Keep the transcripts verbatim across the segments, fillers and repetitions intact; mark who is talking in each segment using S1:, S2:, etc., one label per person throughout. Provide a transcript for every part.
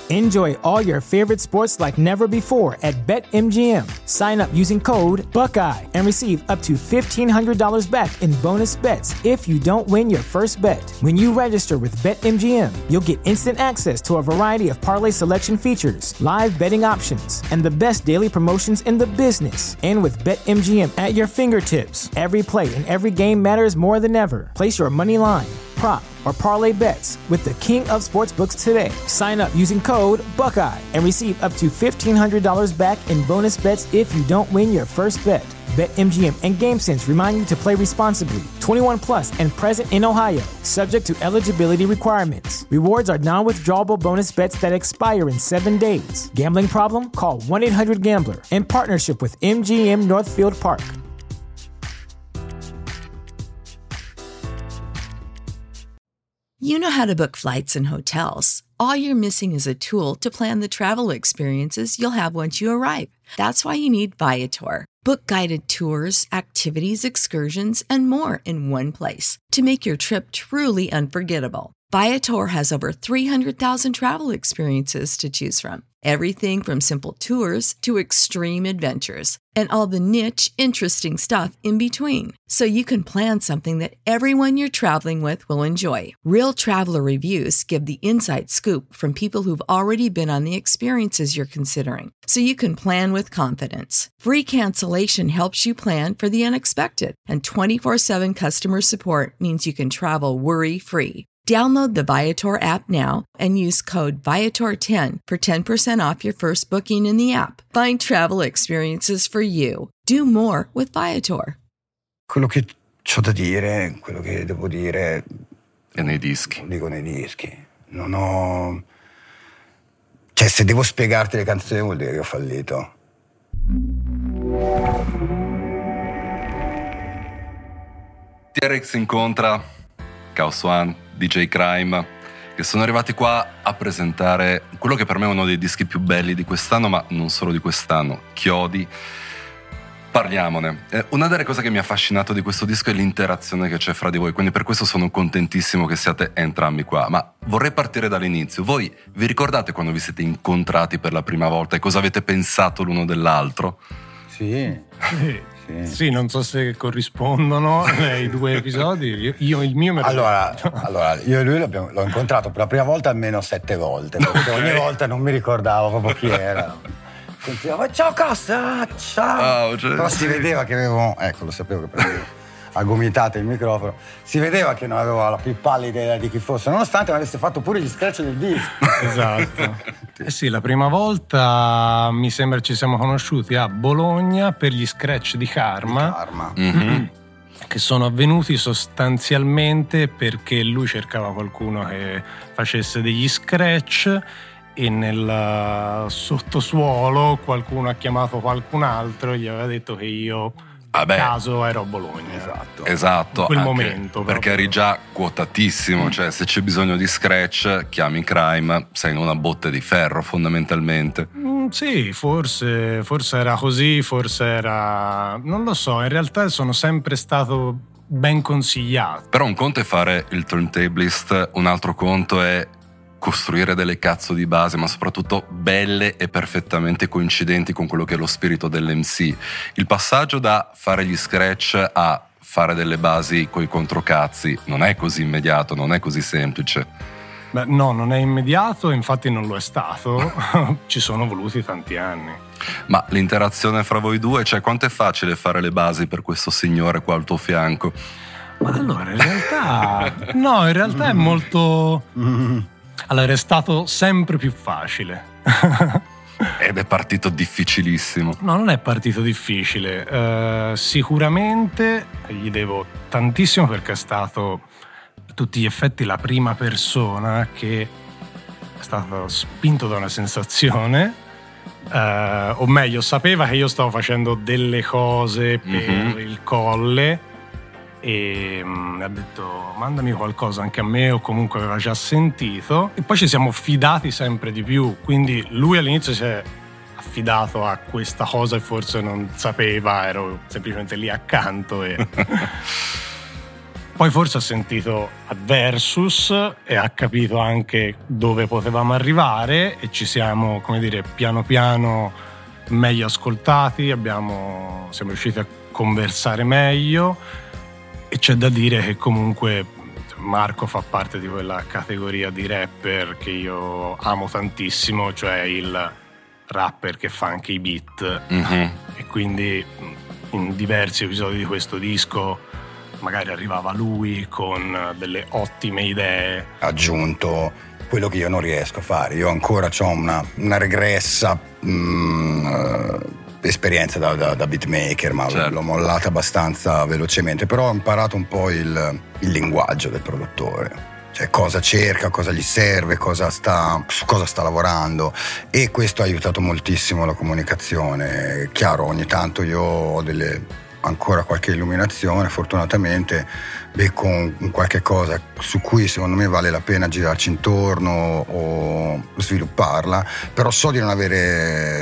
S1: Enjoy all your favorite sports like never before at BetMGM. Sign up using code Buckeye and receive up to fifteen hundred dollars back in bonus bets if you don't win your first bet. When you register with BetMGM, you'll get instant access to a variety of parlay selection features, live betting options, and the best daily promotions in the business. And with BetMGM at your fingertips, every play and every game matters more than ever. Place your money line, prop, or parlay bets with the king of sportsbooks today. Sign up using code Buckeye and receive up to fifteen hundred dollars back in bonus bets if you don't win your first bet. BetMGM and GameSense remind you to play responsibly. twenty-one plus and present in Ohio, subject to eligibility requirements. Rewards are non-withdrawable bonus bets that expire in seven days. Gambling problem? Call one eight hundred gambler in partnership with M G M Northfield Park.
S2: You know how to book flights and hotels. All you're missing is a tool to plan the travel experiences you'll have once you arrive. That's why you need Viator. Book guided tours, activities, excursions, and more in one place to make your trip truly unforgettable. Viator has over three hundred thousand travel experiences to choose from. Everything from simple tours to extreme adventures and all the niche, interesting stuff in between. So you can plan something that everyone you're traveling with will enjoy. Real traveler reviews give the inside scoop from people who've already been on the experiences you're considering. So you can plan with confidence. Free cancellation helps you plan for the unexpected. And twenty-four seven customer support means you can travel worry-free. Download the Viator app now and use code Viator ten for ten percent off your first booking in the app. Find travel experiences for you. Do more with Viator.
S3: Quello che c'ho da dire, quello che devo dire...
S4: È nei dischi.
S3: Lo dico nei dischi. Non ho... Cioè, se devo spiegarti le canzoni vuol dire che ho fallito.
S4: T R X incontra Chaos One, D J Crime, che sono arrivati qua a presentare quello che per me è uno dei dischi più belli di quest'anno, ma non solo di quest'anno, Chiodi. Parliamone. Eh, una delle cose che mi ha affascinato di questo disco è l'interazione che c'è fra di voi, quindi per questo sono contentissimo che siate entrambi qua. Ma vorrei partire dall'inizio. Voi vi ricordate quando vi siete incontrati per la prima volta e cosa avete pensato l'uno dell'altro?
S3: Sì.
S5: Sì. Sì. Sì, non so se corrispondono i due episodi. Io, io il mio me lo
S3: allora, allora, io e lui l'abbiamo, l'ho incontrato per la prima volta almeno sette volte, perché ogni volta non mi ricordavo proprio chi era. Continuava, ciao Costa, ciao. Oh, cioè... Però si vedeva che avevo, ecco, lo sapevo che prendevo a gomitate il microfono, si vedeva che non avevo la più pallida idea di chi fosse, nonostante mi avesse fatto pure gli scratch del disco.
S5: Esatto. Eh sì, la prima volta mi sembra ci siamo conosciuti a Bologna per gli scratch di Karma,
S3: di Karma.
S5: Mm-hmm. Che sono avvenuti sostanzialmente perché lui cercava qualcuno che facesse degli scratch e nel sottosuolo qualcuno ha chiamato qualcun altro e gli aveva detto che io
S4: ah beh,
S5: caso ero a Bologna.
S4: Esatto, esatto,
S5: in quel
S4: anche
S5: momento
S4: perché eri già quotatissimo, mm. cioè se c'è bisogno di scratch chiami Crime, sei in una botte di ferro fondamentalmente.
S5: Mm, sì, forse, forse era così, forse era... non lo so, in realtà sono sempre stato ben consigliato.
S4: Però un conto è fare il turntablist, un altro conto è costruire delle cazzo di base, ma soprattutto belle e perfettamente coincidenti con quello che è lo spirito dell'M C. Il passaggio da fare gli scratch a fare delle basi coi controcazzi non è così immediato, non è così semplice.
S5: Beh, no, non è immediato, infatti non lo è stato. Ci sono voluti tanti anni.
S4: Ma l'interazione fra voi due, cioè quanto è facile fare le basi per questo signore qua al tuo fianco?
S5: Ma allora, in realtà no, in realtà è molto... Allora, è stato sempre più facile.
S4: Ed è partito difficilissimo.
S5: No, non è partito difficile. Uh, sicuramente gli devo tantissimo perché è stato a tutti gli effetti la prima persona che è stato spinto da una sensazione, uh, o meglio, sapeva che io stavo facendo delle cose per mm-hmm. il Colle e mi ha detto mandami qualcosa anche a me, o comunque aveva già sentito, e poi ci siamo fidati sempre di più, quindi lui all'inizio si è affidato a questa cosa e forse non sapeva, ero semplicemente lì accanto e Poi forse ha sentito Adversus e ha capito anche dove potevamo arrivare e ci siamo, come dire, piano piano meglio ascoltati, abbiamo, siamo riusciti a conversare meglio e c'è da dire che comunque Marco fa parte di quella categoria di rapper che io amo tantissimo, cioè il rapper che fa anche i beat, mm-hmm. e quindi in diversi episodi di questo disco magari arrivava lui con delle ottime idee.
S3: Aggiunto quello che io non riesco a fare. Io ancora ho una, una regressa mh, esperienza da, da, da beatmaker, ma certo. l'ho mollata abbastanza velocemente. Però ho imparato un po' il, il linguaggio del produttore. Cioè cosa cerca, cosa gli serve, cosa sta, su cosa sta lavorando, e questo ha aiutato moltissimo la comunicazione. Chiaro, ogni tanto io ho delle... ancora qualche illuminazione, fortunatamente becco un qualche cosa su cui secondo me vale la pena girarci intorno o svilupparla, però so di non avere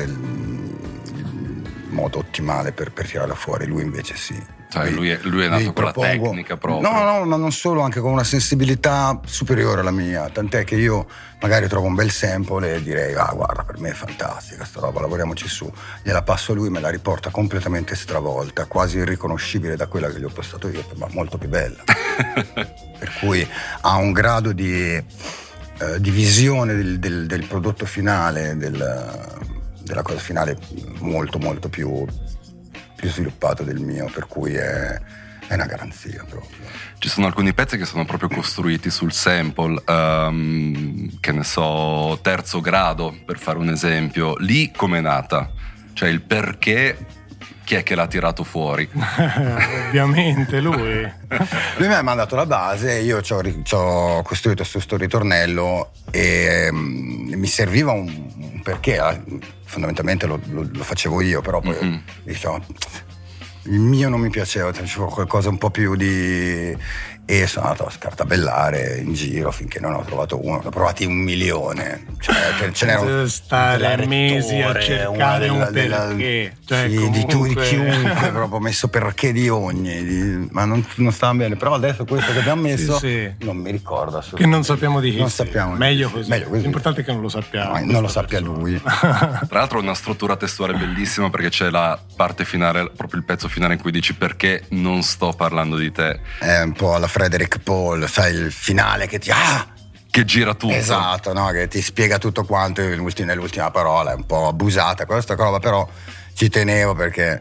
S3: il modo ottimale per, per tirarla fuori. Lui invece sì.
S4: Cioè, lui, è, lui è nato con propongo, la tecnica proprio.
S3: No, no, ma non solo, anche con una sensibilità superiore alla mia, tant'è che io magari trovo un bel sample e direi ah guarda, per me è fantastica sta roba, lavoriamoci su, gliela passo a lui, me la riporta completamente stravolta, quasi irriconoscibile da quella che gli ho postato io, ma molto più bella. Per cui ha un grado di, eh, di visione del, del, del prodotto finale, del, della cosa finale molto molto più più sviluppato del mio, per cui è, è una garanzia proprio.
S4: Ci sono alcuni pezzi che sono proprio costruiti sul sample, um, che ne so, Terzo Grado, per fare un esempio. Lì com'è nata? Cioè il perché, chi è che l'ha tirato fuori?
S5: Ovviamente lui.
S3: Lui mi ha mandato la base, io ci ho, ci ho costruito su sto ritornello e um, mi serviva un, un perché, eh, fondamentalmente lo, lo, lo facevo io, però poi mm-hmm. diciamo il mio non mi piaceva, c'era qualcosa un po' più di... e sono andato a scartabellare in giro finché non ho trovato uno, ne ho provati un milione, cioè ce n'era
S5: stare mesi a cercare un perché, cioè,
S3: sì,
S5: comunque...
S3: di tu, di chiunque, proprio messo perché di ogni, di... ma non, non stava bene, però adesso questo che abbiamo messo sì, sì. non mi ricordo assolutamente.
S5: Che non sappiamo di chi
S3: non
S5: sia.
S3: sappiamo
S5: meglio così.
S3: Meglio così.
S5: L'importante è che non lo sappiamo.
S3: No, non lo sappia persona. Lui.
S4: Tra l'altro una struttura testuale bellissima, perché c'è la parte finale, proprio il pezzo finale in cui dici perché non sto parlando di te.
S3: È un po' alla Frederick Paul, sai, il finale che ti ah!
S4: che gira tutto.
S3: Esatto, no? Che ti spiega tutto quanto nell'ultima parola, è un po' abusata questa roba, però ci tenevo perché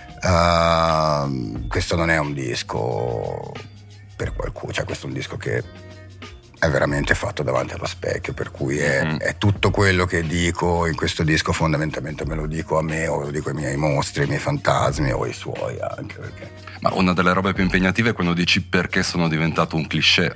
S3: uh, questo non è un disco per qualcuno, cioè questo è un disco che è veramente fatto davanti allo specchio, per cui è, mm. è tutto quello che dico in questo disco fondamentalmente me lo dico a me, o lo dico ai miei mostri, ai miei fantasmi o ai suoi anche, perché...
S4: Ma una delle robe più impegnative è quando dici perché sono diventato un cliché.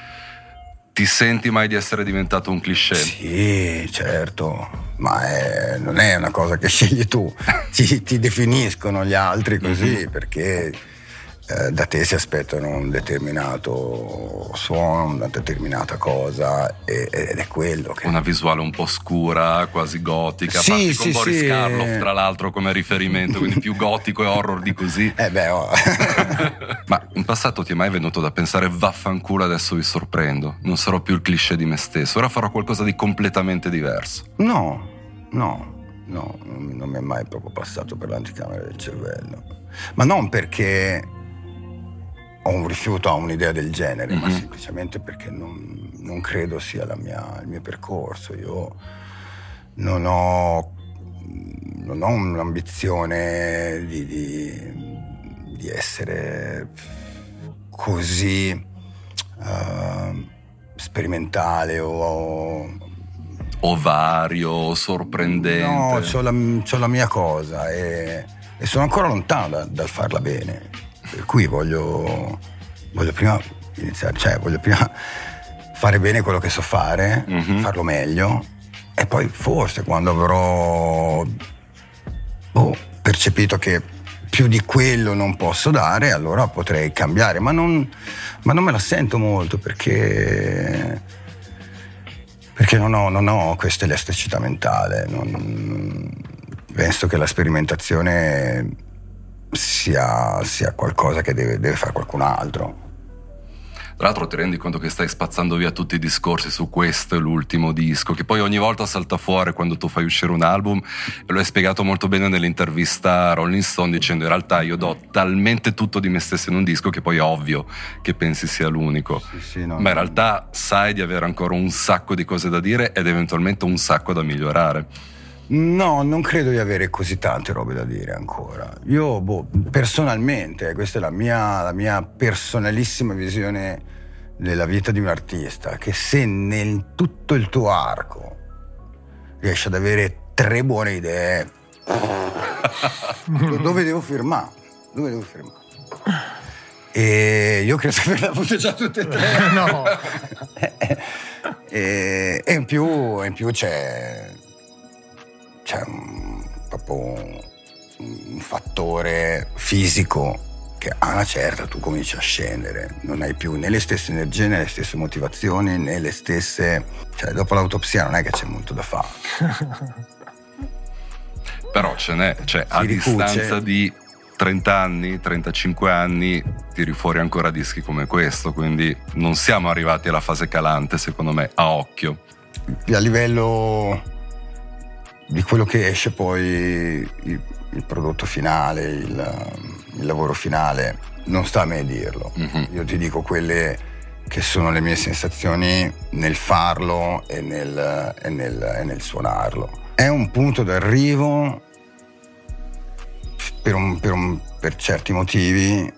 S4: Ti senti mai di essere diventato un cliché?
S3: Sì, certo, ma è, non è una cosa che scegli tu, ti, ti definiscono gli altri così, mm-hmm. perché eh, da te si aspettano un determinato suono, una determinata cosa, e, ed è quello che...
S4: Una visuale un po' scura, quasi gotica,
S3: sì,
S4: parti
S3: sì,
S4: con Boris
S3: sì.
S4: Karloff tra l'altro come riferimento, quindi più gotico e horror di così.
S3: Eh beh, oh.
S4: Ma in passato ti è mai venuto da pensare vaffanculo, adesso vi sorprendo, non sarò più il cliché di me stesso, ora farò qualcosa di completamente diverso?
S3: No, no, no, non mi è mai proprio passato per l'anticamera del cervello, ma non perché ho un rifiuto a un'idea del genere, mm-hmm. ma semplicemente perché non, non credo sia la mia, il mio percorso. Io non ho, non ho un'ambizione di, di, di essere così uh, sperimentale o,
S4: o vario, sorprendente.
S3: No, c'ho la, c'ho la mia cosa e, e sono ancora lontano da, dal farla bene. Per cui voglio, voglio prima iniziare, cioè voglio prima fare bene quello che so fare, mm-hmm. farlo meglio, e poi forse quando avrò oh, percepito che più di quello non posso dare, allora potrei cambiare, ma non, ma non me la sento molto perché, perché non ho, non ho questa elasticità mentale, non, penso che la sperimentazione sia, sia qualcosa che deve, deve fare qualcun altro.
S4: Tra l'altro ti rendi conto che stai spazzando via tutti i discorsi su questo e l'ultimo disco, che poi ogni volta salta fuori quando tu fai uscire un album, e lo hai spiegato molto bene nell'intervista a Rolling Stone, dicendo in realtà io do talmente tutto di me stesso in un disco che poi è ovvio che pensi sia l'unico.
S3: Sì, sì, no,
S4: ma in realtà sai di avere ancora un sacco di cose da dire ed eventualmente un sacco da migliorare.
S3: No, non credo di avere così tante robe da dire ancora. Io, boh, personalmente, questa è la mia, la mia personalissima visione della vita di un artista, che se nel tutto il tuo arco riesci ad avere tre buone idee, dove devo firmare? Dove devo firmare? E io credo di averle avute già tutte e tre.
S5: No.
S3: e, e in più, in più c'è c'è un, proprio un, un fattore fisico che a una certa tu cominci a scendere, non hai più né le stesse energie, né le stesse motivazioni, né le stesse, cioè dopo l'autopsia non è che c'è molto da fare.
S4: Però ce n'è, cioè
S3: Si
S4: a
S3: ricuce.
S4: distanza di trenta anni, trentacinque anni tiri fuori ancora dischi come questo, quindi non siamo arrivati alla fase calante secondo me, a occhio.
S3: A livello di quello che esce poi il, il prodotto finale, il, il lavoro finale, non sta a me dirlo.
S4: Mm-hmm.
S3: Io ti dico quelle che sono le mie sensazioni nel farlo e nel, e nel, e nel suonarlo. È un punto d'arrivo per, un, per, un, per certi motivi,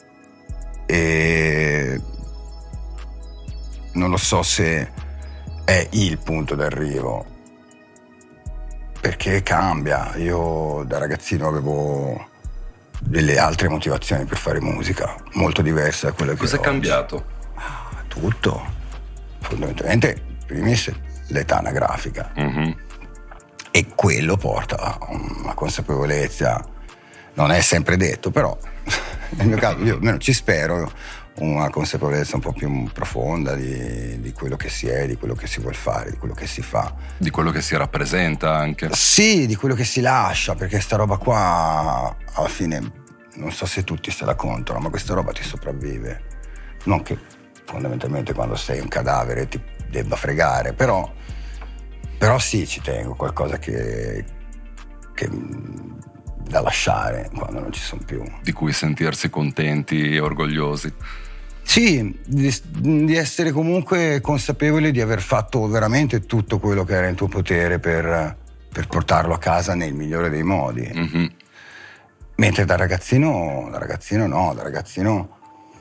S3: e non lo so se è il punto d'arrivo, perché cambia. Io da ragazzino avevo delle altre motivazioni per fare musica, molto diverse da quelle che ho
S4: Cos'è
S3: oggi.
S4: cambiato?
S3: Ah, tutto. Fondamentalmente, primis, l'età anagrafica.
S4: Mm-hmm.
S3: E quello porta a una consapevolezza, non è sempre detto, però nel mio caso io almeno ci spero, una consapevolezza un po' più profonda di, di quello che si è, di quello che si vuol fare, di quello che si fa.
S4: Di quello che si rappresenta anche.
S3: Sì, di quello che si lascia, perché sta roba qua alla fine non so se tutti se la contano, ma questa roba ti sopravvive. Non che fondamentalmente quando sei un cadavere ti debba fregare, però, però sì, ci tengo qualcosa che, che da lasciare quando non ci sono più.
S4: Di cui sentirsi contenti e orgogliosi.
S3: Sì, di, di essere comunque consapevoli di aver fatto veramente tutto quello che era in tuo potere per, per portarlo a casa nel migliore dei modi.
S4: Mm-hmm.
S3: Mentre da ragazzino, da ragazzino no, da ragazzino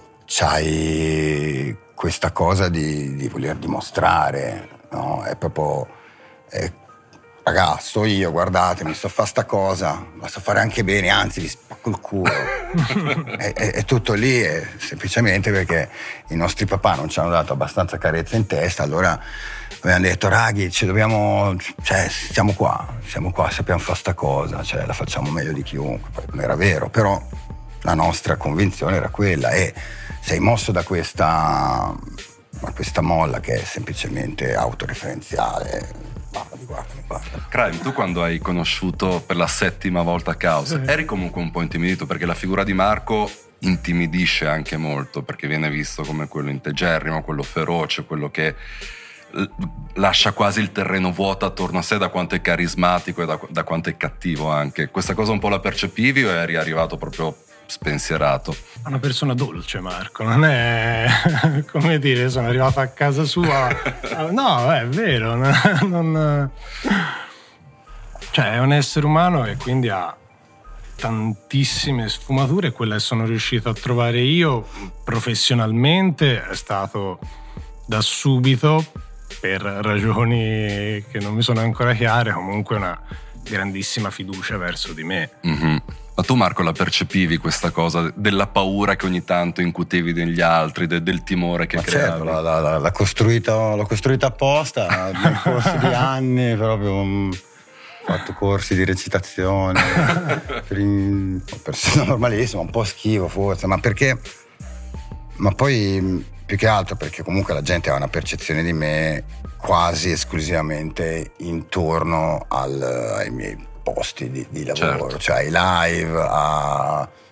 S3: c'hai questa cosa di, di voler dimostrare, no? È proprio, è, ragazzo, io guardatemi, so fare sta cosa, la so fare anche bene, anzi vi spacco il culo. è, è, è tutto lì, è semplicemente perché i nostri papà non ci hanno dato abbastanza carezza in testa, allora abbiamo detto, raghi, ci dobbiamo, cioè, siamo qua, siamo qua, sappiamo fare sta cosa, cioè la facciamo meglio di chiunque. Poi non era vero, però la nostra convinzione era quella, e sei mosso da questa, da questa molla che è semplicemente autoreferenziale. Guardami, guardami, guardami.
S4: Crime, tu quando hai conosciuto per la settima volta Caos, eri comunque un po' intimidito, perché la figura di Marco intimidisce anche molto, perché viene visto come quello integerrimo, quello feroce, quello che lascia quasi il terreno vuoto attorno a sé, da quanto è carismatico e da, da quanto è cattivo anche. Questa cosa un po' la percepivi o eri arrivato proprio spensierato?
S5: È una persona dolce, Marco, non è come dire sono arrivato a casa sua. No, è vero, non, cioè è un essere umano e quindi ha tantissime sfumature. Quella che sono riuscito a trovare io professionalmente è stato da subito, per ragioni che non mi sono ancora chiare, comunque una grandissima fiducia verso di me.
S4: Mm-hmm. Ma tu, Marco, la percepivi questa cosa della paura che ogni tanto incutevi negli altri, de- del timore che
S3: Ma
S4: creavi?
S3: certo, la, la, la, l'ho costruita, l'ho costruita apposta nel corso di anni, proprio um, ho fatto corsi di recitazione, per in, persona normalissima, un po' schivo forse, ma perché, ma poi più che altro perché comunque la gente ha una percezione di me quasi esclusivamente intorno al, ai miei posti di, di lavoro,
S4: certo.
S3: Cioè ai live, a,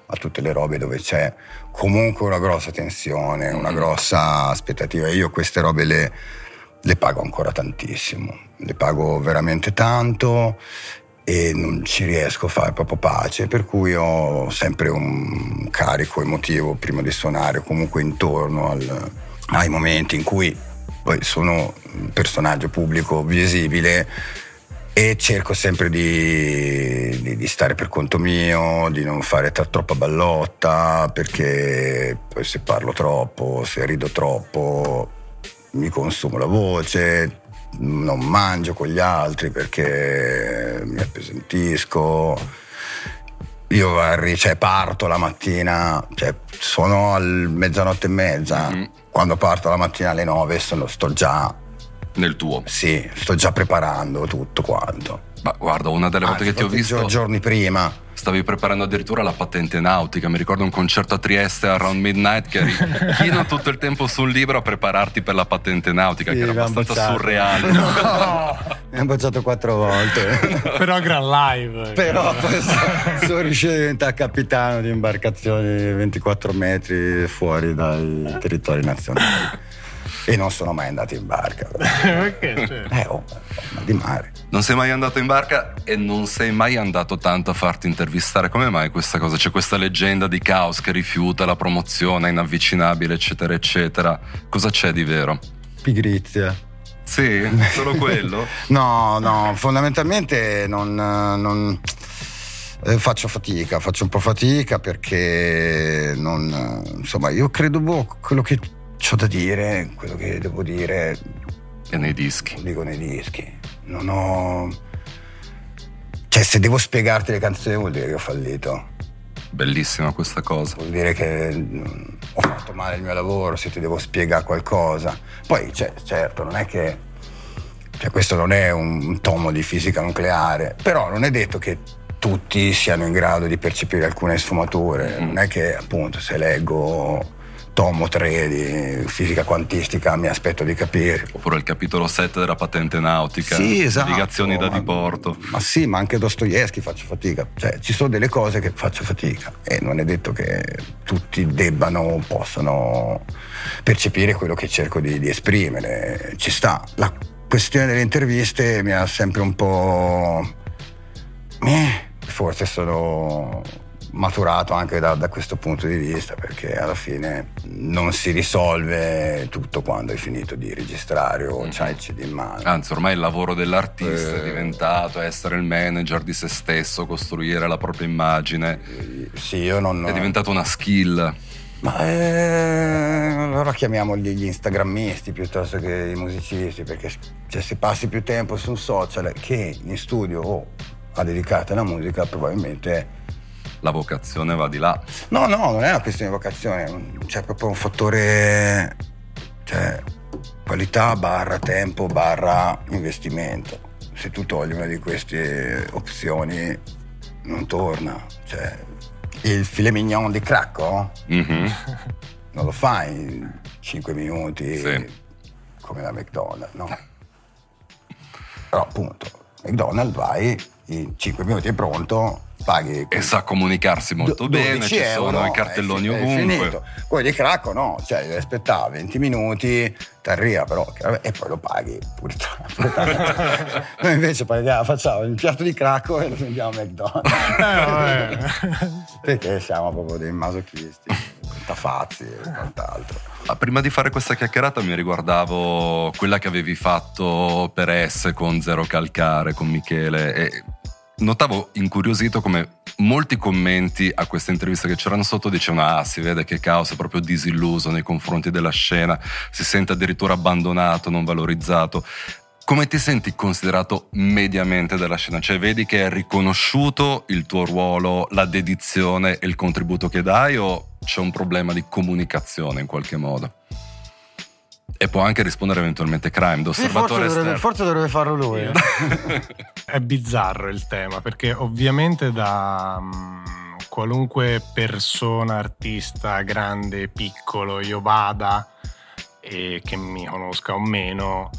S3: a tutte le robe dove c'è comunque una grossa tensione, una grossa aspettativa. Io queste robe le, le pago ancora tantissimo, le pago veramente tanto e non ci riesco a fare proprio pace, per cui ho sempre un carico emotivo prima di suonare, o comunque intorno al, ai momenti in cui poi sono un personaggio pubblico visibile e cerco sempre di, di, di stare per conto mio, di non fare tra, troppa ballotta, perché poi se parlo troppo, se rido troppo mi consumo la voce, non mangio con gli altri perché mi appesantisco. Io cioè, parto la mattina, cioè, sono al mezzanotte e mezza, mm-hmm. Quando parto la mattina alle nove sono, sto già
S4: nel tuo.
S3: Sì, sto già preparando tutto quanto.
S4: Ma guarda, una delle volte
S3: Anzi,
S4: che ti ho visto
S3: giorni prima
S4: stavi preparando addirittura la patente nautica. Mi ricordo un concerto a Trieste around midnight che eri chino tutto il tempo sul libro a prepararti per la patente nautica, sì, che era abbastanza bocciato. Surreale.
S3: No, mi hanno bocciato quattro volte.
S5: Però gran live.
S3: Però poi sono, sono riuscito a diventare capitano di imbarcazioni ventiquattro metri fuori dai territori nazionali. E non sono mai andato in barca.
S5: Perché? Certo.
S3: Eh, oh, ma di mare.
S4: Non sei mai andato in barca e non sei mai andato tanto a farti intervistare. Come mai questa cosa? C'è questa leggenda di Caos che rifiuta la promozione, è inavvicinabile, eccetera, eccetera. Cosa c'è di vero?
S3: Pigrizia.
S4: Sì? Solo quello?
S3: No, no, fondamentalmente non... non... Eh, faccio fatica, faccio un po' fatica perché non... Insomma, io credo, boh, quello che c'ho da dire, quello che devo dire
S4: è nei dischi.
S3: Lo dico nei dischi. Non ho... Cioè, se devo spiegarti le canzoni vuol dire che ho fallito.
S4: Bellissima questa cosa.
S3: Vuol dire che ho fatto male il mio lavoro, se ti devo spiegare qualcosa. Poi, cioè, certo, non è che... Cioè, questo non è un tomo di fisica nucleare, però non è detto che tutti siano in grado di percepire alcune sfumature. Mm. Non è che, appunto, se leggo tomo tre di fisica quantistica mi aspetto di capire.
S4: Oppure il capitolo sette della patente nautica,
S3: sì, esatto,
S4: navigazioni da
S3: ma,
S4: diporto.
S3: Ma sì, ma anche Dostoevsky faccio fatica. Cioè, ci sono delle cose che faccio fatica e non è detto che tutti debbano o possano percepire quello che cerco di, di esprimere. Ci sta. La questione delle interviste mi ha sempre un po'... Eh, forse sono... maturato anche da, da questo punto di vista, perché alla fine non si risolve tutto quando hai finito di registrare o mm. c'hai il C D in mano.
S4: Anzi, ormai il lavoro dell'artista
S3: eh,
S4: è diventato essere il manager di se stesso, costruire la propria immagine.
S3: Sì, io non...
S4: È diventato una skill.
S3: Ma eh, allora chiamiamoli gli instagrammisti piuttosto che i musicisti, perché cioè, se passi più tempo su un social che in studio o a dedicare alla musica, probabilmente
S4: la vocazione va di là.
S3: No, no, non è una questione di vocazione, c'è proprio un fattore, cioè qualità barra tempo barra investimento. Se tu togli una di queste opzioni non torna. Cioè il filet mignon di Cracco mm-hmm. non lo fai in cinque minuti, sì, come da McDonald's, no? Però appunto McDonald's vai in cinque minuti è pronto, paghi
S4: e sa comunicarsi molto bene, ci
S3: euro,
S4: sono i cartelloni
S3: è,
S4: ovunque.
S3: È finito. Quello di Cracco no, cioè devi aspettare venti minuti, t'arriva però e poi lo paghi pure tanto. Noi invece paghiamo, facciamo il piatto di Cracco e lo vendiamo a McDonald's. Perché siamo proprio dei masochisti, tafazzi e quant'altro.
S4: Ma prima di fare questa chiacchierata mi riguardavo quella che avevi fatto per S con Zero Calcare, con Michele, e notavo incuriosito come molti commenti a queste interviste che c'erano sotto dicevano: ah, si vede che Caos è proprio disilluso nei confronti della scena, si sente addirittura abbandonato, non valorizzato. Come ti senti considerato mediamente della scena? Cioè vedi che è riconosciuto il tuo ruolo, la dedizione e il contributo che dai, o c'è un problema di comunicazione in qualche modo? E può anche rispondere eventualmente Crime, d'osservatore
S3: sì, forse, dovrebbe, forse dovrebbe farlo lui. Eh.
S5: È bizzarro il tema, perché ovviamente da um, qualunque persona, artista, grande, piccolo, io vada e che mi conosca o meno,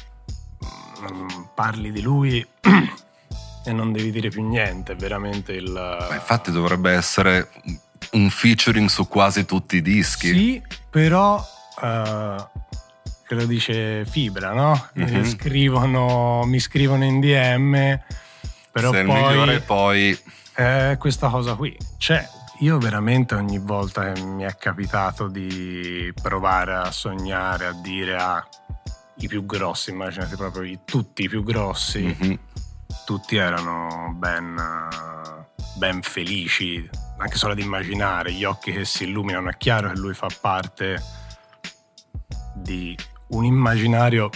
S5: um, parli di lui e non devi dire più niente, è veramente il...
S4: Ma infatti dovrebbe essere un featuring su quasi tutti i dischi.
S5: Sì, però uh, che lo dice Fibra, no? Mm-hmm. Mi scrivono, mi scrivono in D M, però
S4: sei
S5: poi,
S4: il migliore, poi
S5: eh, questa cosa qui c'è. Io veramente ogni volta che mi è capitato di provare a sognare, a dire a ah, i più grossi, immaginate proprio i, tutti i più grossi, mm-hmm. tutti erano ben, ben felici, anche solo ad immaginare, gli occhi che si illuminano. È chiaro che lui fa parte di un immaginario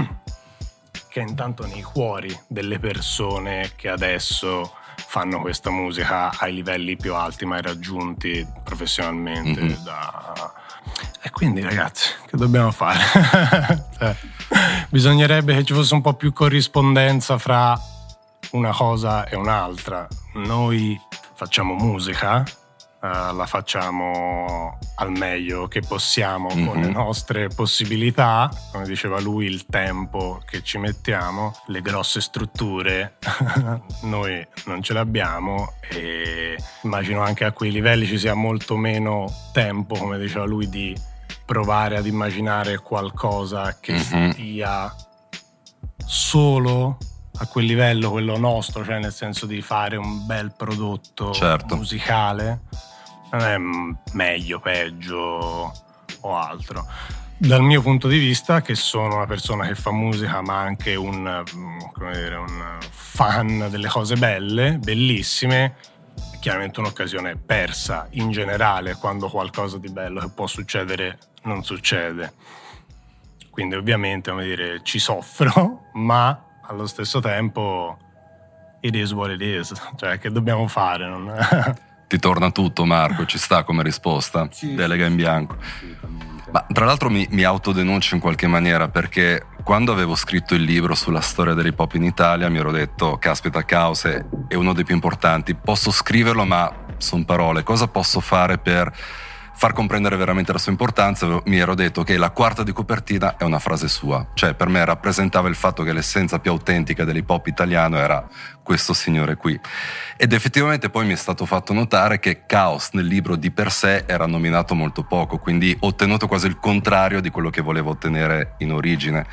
S5: che è intanto nei cuori delle persone che adesso fanno questa musica ai livelli più alti mai raggiunti professionalmente. Mm-hmm. Da... E quindi ragazzi, che dobbiamo fare? Cioè, bisognerebbe che ci fosse un po' più corrispondenza fra una cosa e un'altra. Noi facciamo musica, Uh, la facciamo al meglio che possiamo, mm-hmm. con le nostre possibilità, come diceva lui, il tempo che ci mettiamo, le grosse strutture noi non ce l'abbiamo, e immagino anche a quei livelli ci sia molto meno tempo, come diceva lui, di provare ad immaginare qualcosa che mm-hmm. stia solo a quel livello, quello nostro, cioè nel senso di fare un bel prodotto, certo. musicale. Non è meglio, peggio o altro. Dal mio punto di vista, che sono una persona che fa musica ma anche un, come dire, un fan delle cose belle, bellissime, è chiaramente un'occasione persa in generale quando qualcosa di bello che può succedere non succede. Quindi ovviamente, come dire, ci soffro, ma allo stesso tempo it is what it is, cioè che dobbiamo fare, non...
S4: Ti torna tutto, Marco, ci sta come risposta, sì, delega in bianco. Ma tra l'altro mi, mi autodenuncio in qualche maniera, perché quando avevo scritto il libro sulla storia dell'hip hop in Italia mi ero detto, caspita, Caos è, è uno dei più importanti, posso scriverlo ma sono parole, cosa posso fare per far comprendere veramente la sua importanza? Mi ero detto che la quarta di copertina è una frase sua, cioè per me rappresentava il fatto che l'essenza più autentica dell'hip hop italiano era questo signore qui. Ed effettivamente poi mi è stato fatto notare che Caos nel libro di per sé era nominato molto poco, quindi ho ottenuto quasi il contrario di quello che volevo ottenere in origine.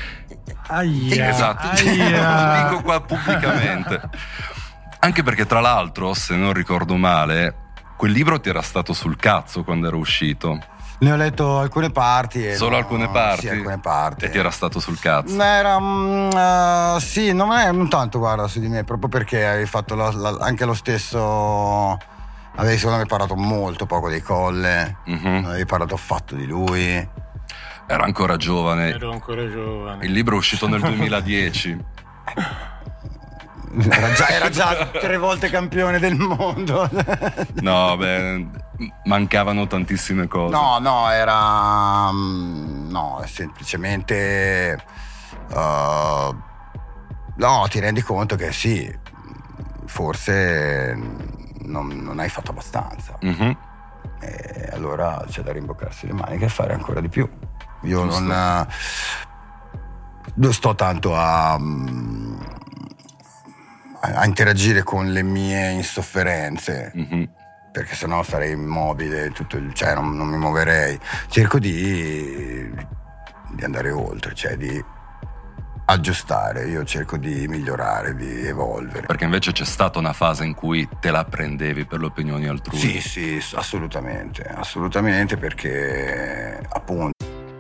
S5: Aia,
S4: esatto,
S5: aia.
S4: Lo dico qua pubblicamente. Anche perché tra l'altro, se non ricordo male, quel libro ti era stato sul cazzo quando era uscito.
S3: Ne ho letto alcune parti. E
S4: Solo
S3: no,
S4: alcune parti?
S3: Sì, alcune parti.
S4: E ti era stato sul cazzo?
S3: Era, uh, sì, non è non tanto, guarda, su di me, proprio perché avevi fatto la, la, anche lo stesso. Avevi secondo me parlato molto poco di Colle, mm-hmm. non avevi parlato affatto di lui.
S4: Era ancora giovane.
S5: Ero ancora giovane.
S4: Il libro è uscito nel duemiladieci.
S3: Era già, era già tre volte campione del mondo.
S4: No, beh, mancavano tantissime cose.
S3: No, no, era no, semplicemente uh, no, ti rendi conto che sì, forse non, non hai fatto abbastanza. Mm-hmm. E allora c'è da rimboccarsi le maniche e fare ancora di più. Io Giusto. non non sto tanto a a interagire con le mie insofferenze, mm-hmm. perché sennò sarei immobile, tutto il, cioè non, non mi muoverei. Cerco di, di andare oltre, cioè di aggiustare, io cerco di migliorare, di evolvere.
S4: Perché invece c'è stata una fase in cui te la prendevi per le opinioni altrui.
S3: Sì, sì, assolutamente, assolutamente, perché appunto.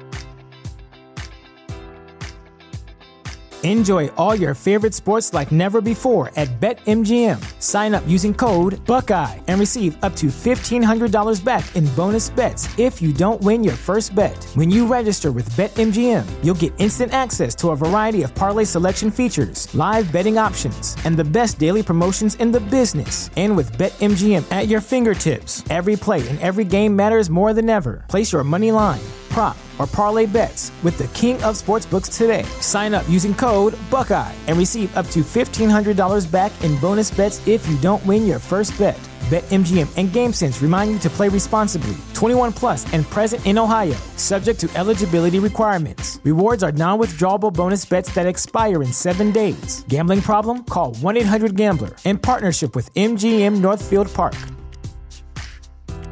S1: Enjoy all your favorite sports like never before at BetMGM. Sign up using code Buckeye and receive up to fifteen hundred dollars back in bonus bets if you don't win your first bet. When you register with BetMGM, you'll get instant access to a variety of parlay selection features, live betting options, and the best daily promotions in the business. And with BetMGM at your fingertips, every play and every game matters more than ever. Place your money line, prop, or parlay bets with the king of sportsbooks today. Sign up using code Buckeye and receive up to fifteen hundred dollars back in bonus bets if you don't win your first bet. BetMGM and GameSense remind you to play responsibly. twenty-one plus and present in Ohio, subject to eligibility requirements. Rewards are non-withdrawable bonus bets that expire in seven days. Gambling problem? Call one eight hundred gambler in partnership with M G M Northfield Park.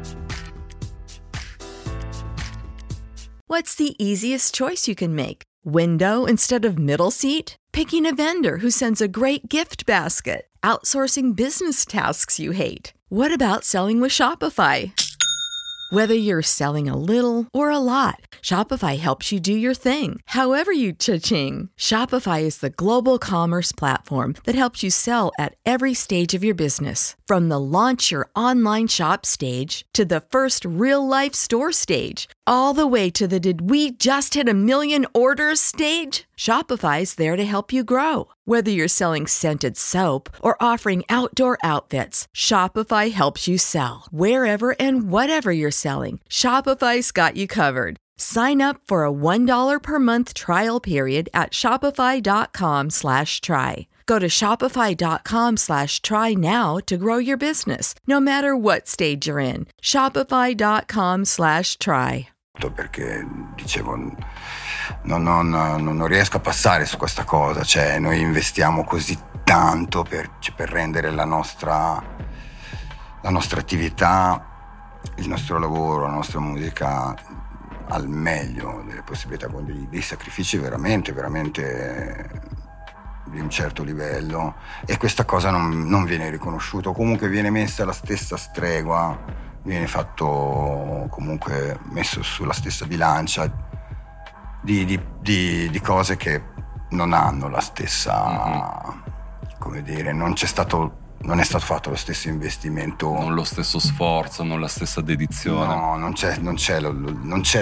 S2: What's the easiest choice you can make? Window instead of middle seat? Picking a vendor who sends a great gift basket? Outsourcing business tasks you hate? What about selling with Shopify? Whether you're selling a little or a lot, Shopify helps you do your thing, however you cha-ching. Shopify is the global commerce platform that helps you sell at every stage of your business. From the launch your online shop stage to the first real-life store stage, all the way to the did we just hit a million orders stage. Shopify's there to help you grow. Whether you're selling scented soap or offering outdoor outfits, Shopify helps you sell. Wherever and whatever you're selling, Shopify's got you covered. Sign up for a one dollar per month trial period at shopify.com slash try. Go to shopify.com slash try now to grow your business, no matter what stage you're in. Shopify.com slash try.
S3: Perché dicevo non, non, non riesco a passare su questa cosa, cioè noi investiamo così tanto per, per rendere la nostra, la nostra attività, il nostro lavoro, la nostra musica al meglio delle possibilità, con dei, dei sacrifici veramente, veramente di un certo livello, e questa cosa non, non viene riconosciuta, comunque viene messa alla stessa stregua, viene fatto comunque messo sulla stessa bilancia di, di, di, di cose che non hanno la stessa, mm-hmm. come dire, non c'è stato, non è stato fatto lo stesso investimento,
S4: non lo stesso sforzo, non la stessa dedizione.
S3: No, non c'è, non c'è, non c'è,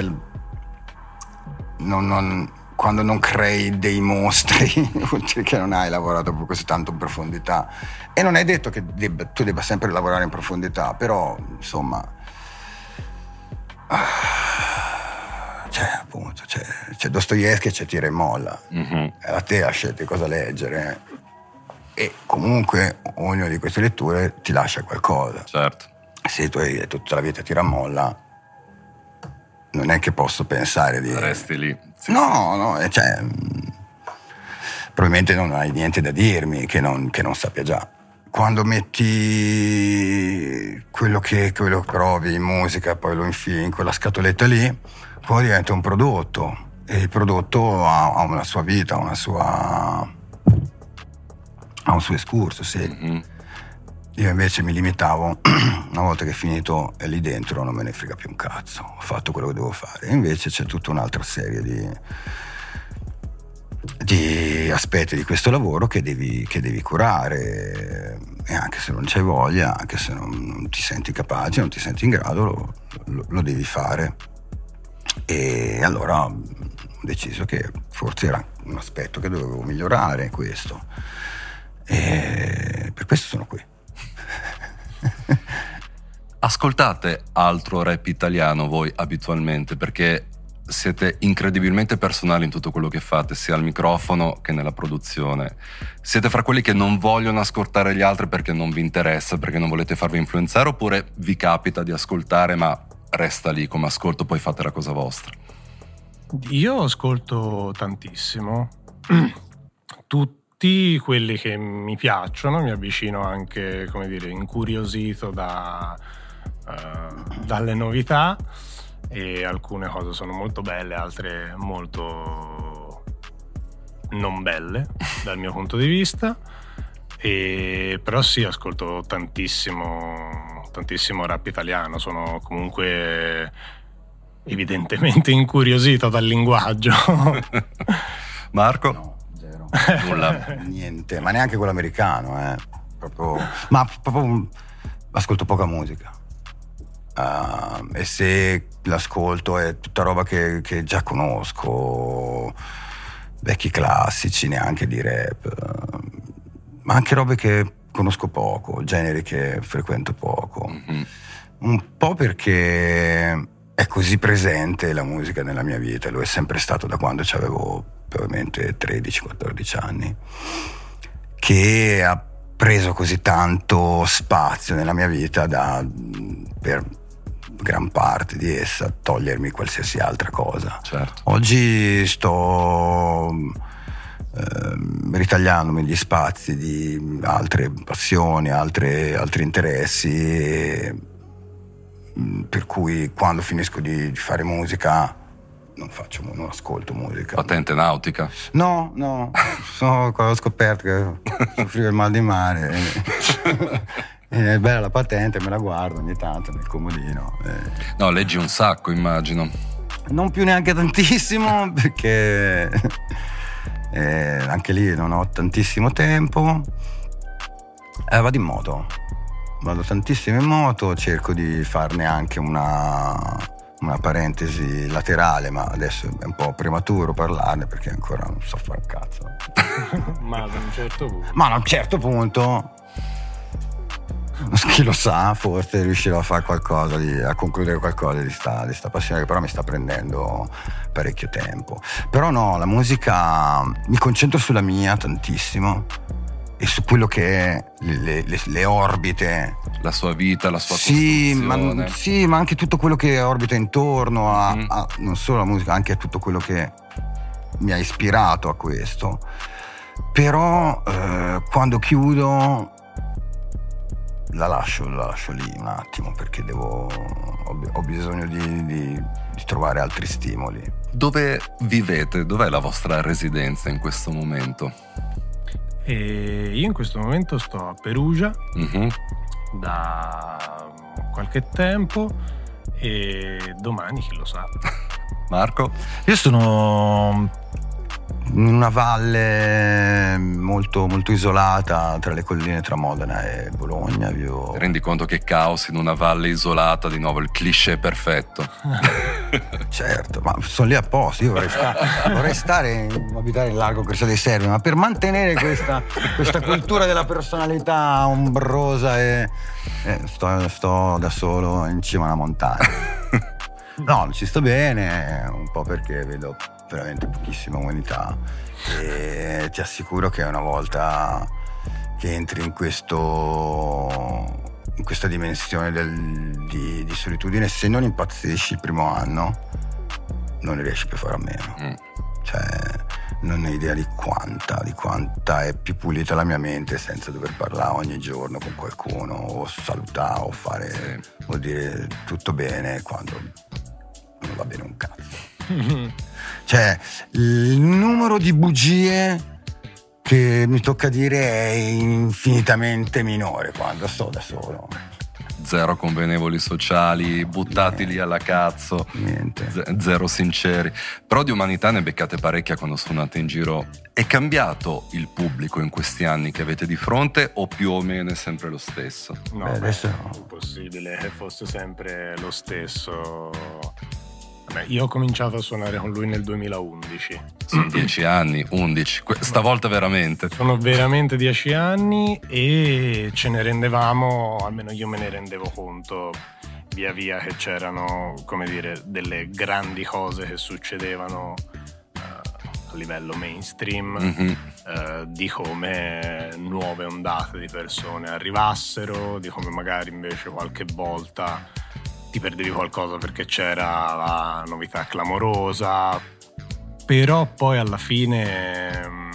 S3: non, non, quando non crei dei mostri vuol dire che non hai lavorato così tanto in profondità, e non è detto che debba, tu debba sempre lavorare in profondità, però insomma c'è appunto c'è, c'è Dostoevskij e c'è Tira e molla, mm-hmm. a te a scegliere cosa leggere, e comunque ognuna di queste letture ti lascia qualcosa. Certo. Se tu hai tutta la vita Tira e molla, non è che posso pensare di...
S4: Resti lì. Sì,
S3: no, sì. no, cioè... Probabilmente non hai niente da dirmi che non, che non sappia già. Quando metti quello che, quello che provi in musica, poi lo infili in quella scatoletta lì, poi diventa un prodotto. E il prodotto ha, ha una sua vita, una sua... ha un suo escurso, sì. Mm-hmm. Io invece mi limitavo, una volta che è finito è lì dentro, non me ne frega più un cazzo, ho fatto quello che devo fare. E invece c'è tutta un'altra serie di, di aspetti di questo lavoro che devi, che devi curare, e anche se non c'hai voglia, anche se non, non ti senti capace, non ti senti in grado, lo, lo, lo devi fare. E allora ho deciso che forse era un aspetto che dovevo migliorare, questo. E per questo sono qui.
S4: Ascoltate altro rap italiano voi abitualmente, perché siete incredibilmente personali in tutto quello che fate, sia al microfono che nella produzione. Siete fra quelli che non vogliono ascoltare gli altri perché non vi interessa, perché non volete farvi influenzare, oppure vi capita di ascoltare ma resta lì come ascolto, poi fate la cosa vostra?
S5: Io ascolto tantissimo tutti quelli che mi piacciono, mi avvicino anche, come dire, incuriosito da, uh, dalle novità, e alcune cose sono molto belle, altre molto non belle dal mio punto di vista, e però sì, ascolto tantissimo tantissimo rap italiano, sono comunque evidentemente incuriosito dal linguaggio.
S4: Marco?
S3: No. Nulla, niente, ma neanche quello americano, eh. Proprio, ma proprio ascolto poca musica. Uh, e se l'ascolto è tutta roba che, che già conosco, vecchi classici, neanche di rap, uh, ma anche robe che conosco poco, generi che frequento poco. Mm-hmm. Un po' perché è così presente la musica nella mia vita, lo è sempre stato da quando avevo probabilmente tredici quattordici anni, che ha preso così tanto spazio nella mia vita da, per gran parte di essa, togliermi qualsiasi altra cosa.
S4: Certo.
S3: Oggi sto eh, ritagliandomi gli spazi di altre passioni, altre, altri interessi, e, per cui quando finisco di, di fare musica non faccio, non ascolto musica.
S4: Patente nautica?
S3: No, no, sono, quando ho scoperto che soffrivo il mal di mare. E, è bella la patente, me la guardo ogni tanto nel comodino. E...
S4: No, leggi un sacco, immagino.
S3: Non più neanche tantissimo, perché eh, anche lì non ho tantissimo tempo. Eh, vado in moto, vado tantissimo in moto, cerco di farne anche una, una parentesi laterale, ma adesso è un po' prematuro parlarne perché ancora non so fare un cazzo.
S5: Ma ad un certo punto.
S3: Ma a un certo punto, chi lo sa, forse riuscirò a fare qualcosa, di, a concludere qualcosa di sta, di sta passione che però mi sta prendendo parecchio tempo. Però no, la musica mi concentro sulla mia tantissimo e su quello che è le, le, le orbite,
S4: la sua vita, la sua
S3: sì,
S4: costruzione.
S3: Ma, sì, ma anche tutto quello che orbita intorno a,
S4: mm.
S3: a non solo la musica, anche tutto quello che mi ha ispirato a questo. Però eh, quando chiudo la lascio, la lascio lì un attimo, perché devo, ho, ho bisogno di, di, di trovare altri stimoli.
S4: Dove vivete? Dov'è la vostra residenza in questo momento?
S5: E io in questo momento sto a Perugia
S4: Mm-hmm.
S5: da qualche tempo e domani chi lo sa.
S4: Marco?
S3: Io sono in una valle molto, molto isolata tra le colline, tra Modena e Bologna. Io...
S4: Ti rendi conto che caos in una valle isolata, di nuovo il cliché perfetto.
S3: Certo, ma sono lì apposta. Io vorrei, sta- vorrei stare in, abitare in largo Corsia dei Servi, ma per mantenere questa, questa cultura della personalità ombrosa e, e sto, sto da solo in cima a una montagna. No, ci sto bene, un po' perché vedo veramente pochissima umanità e ti assicuro che una volta che entri in questo in questa dimensione del, di, di solitudine, se non impazzisci il primo anno non ne riesci più a fare a meno.
S4: Mm.
S3: Cioè non ho idea di quanta di quanta è più pulita la mia mente senza dover parlare ogni giorno con qualcuno o salutare o fare
S4: Sì.
S3: vuol dire tutto bene quando non va bene un cazzo. Cioè il numero di bugie che mi tocca dire è infinitamente minore quando sto da solo.
S4: Zero convenevoli sociali, buttati
S3: Niente.
S4: lì alla cazzo.
S3: Niente.
S4: Z- zero sinceri. Però di umanità ne beccate parecchia quando suonate in giro. È cambiato il pubblico in questi anni che avete di fronte o più o meno è sempre lo stesso?
S5: No,
S3: Beh,
S5: beh,
S3: adesso-
S5: è impossibile che fosse sempre lo stesso. Vabbè, io ho cominciato a suonare con lui nel duemilaundici.
S4: Sono dieci anni, undici, que- stavolta veramente.
S5: Sono veramente dieci anni e ce ne rendevamo, almeno io me ne rendevo conto via via che c'erano, come dire, delle grandi cose che succedevano eh, a livello mainstream,
S4: Mhm.
S5: eh, di come nuove ondate di persone arrivassero, di come magari invece qualche volta ti perdevi qualcosa perché c'era la novità clamorosa, però poi alla fine mm,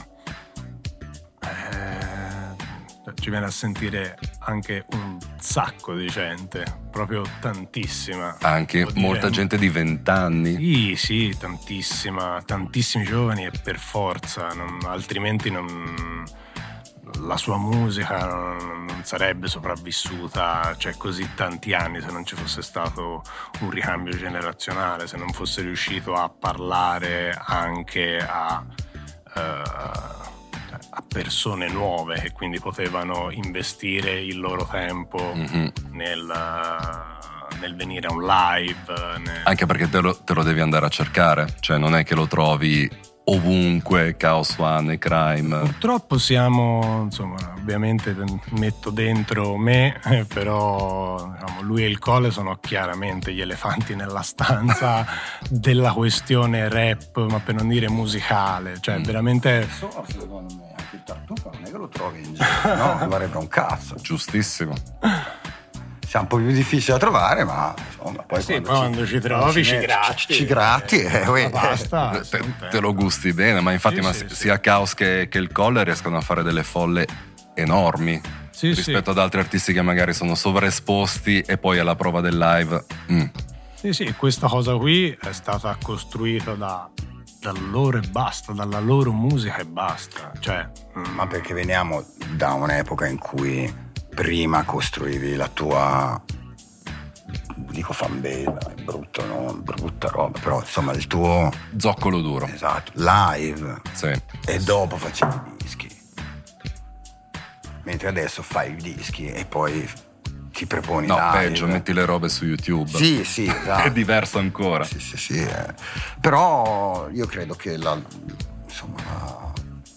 S5: eh, ci viene a sentire anche un sacco di gente, proprio tantissima.
S4: Anche
S5: Devo dire,
S4: molta gente di vent'anni.
S5: Sì, sì, tantissima, tantissimi giovani e per forza, non- altrimenti non, la sua musica non, non sarebbe sopravvissuta, cioè così tanti anni, se non ci fosse stato un ricambio generazionale, se non fosse riuscito a parlare anche a, eh, a persone nuove che quindi potevano investire il loro tempo
S4: Mhm.
S5: nel, nel venire a un live. nel-
S4: Anche perché te lo, te lo devi andare a cercare, cioè non è che lo trovi ovunque, Chaos One e Crime.
S5: Purtroppo siamo, insomma, ovviamente metto dentro me, eh, però diciamo, lui e il Cole sono chiaramente gli elefanti nella stanza della questione rap, ma per non dire musicale, cioè
S4: Mm.
S5: veramente
S3: Solo secondo me anche il tartufo non è che lo trovi in giro, no? Non varrebbe un cazzo.
S4: Giustissimo.
S3: Sia un po' più difficile da trovare, ma insomma poi,
S5: sì, poi quando ci trovi ci
S3: metti-
S5: gratti.
S3: ci, ci gratti e uè,
S5: basta.
S4: te, te lo gusti bene, ma infatti
S5: Sì,
S4: ma
S5: sì,
S4: sia
S5: sì.
S4: Chaos che, che il Colle riescono a fare delle folle enormi
S5: Sì,
S4: rispetto
S5: sì.
S4: ad altri artisti che magari sono sovraesposti e poi alla prova del live mm,
S5: Sì, sì, questa cosa qui è stata costruita da, da loro e basta, dalla loro musica e basta. Cioè,
S3: ma perché veniamo da un'epoca in cui prima costruivi la tua, dico fanbase, è brutto, no? Brutta roba, però insomma il tuo
S4: zoccolo duro.
S3: Esatto, live.
S4: Sì.
S3: E dopo facevi i dischi. Mentre adesso fai i dischi e poi ti proponi
S4: no,
S3: live.
S4: Peggio, metti le robe su YouTube.
S3: Sì, sì, esatto.
S4: È diverso ancora.
S3: Sì, sì, sì. Eh. Però io credo che la, insomma, la,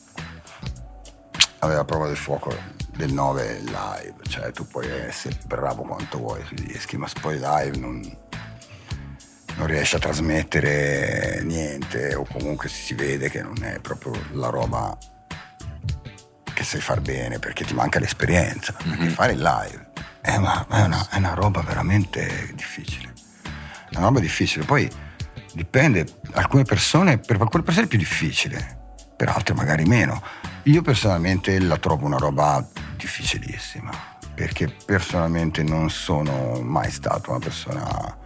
S3: aveva prova del fuoco del nove live, cioè tu puoi essere bravo quanto vuoi sui dischi, ma poi live non, non riesci a trasmettere niente, o comunque si vede che non è proprio la roba che sai far bene, perché ti manca l'esperienza, perché mm-hmm. fare il live è una, è, una, è una roba veramente difficile, è una roba difficile, poi dipende, alcune persone, per alcune persone è più difficile, per altre magari meno. Io personalmente la trovo una roba difficilissima, perché personalmente non sono mai stato una persona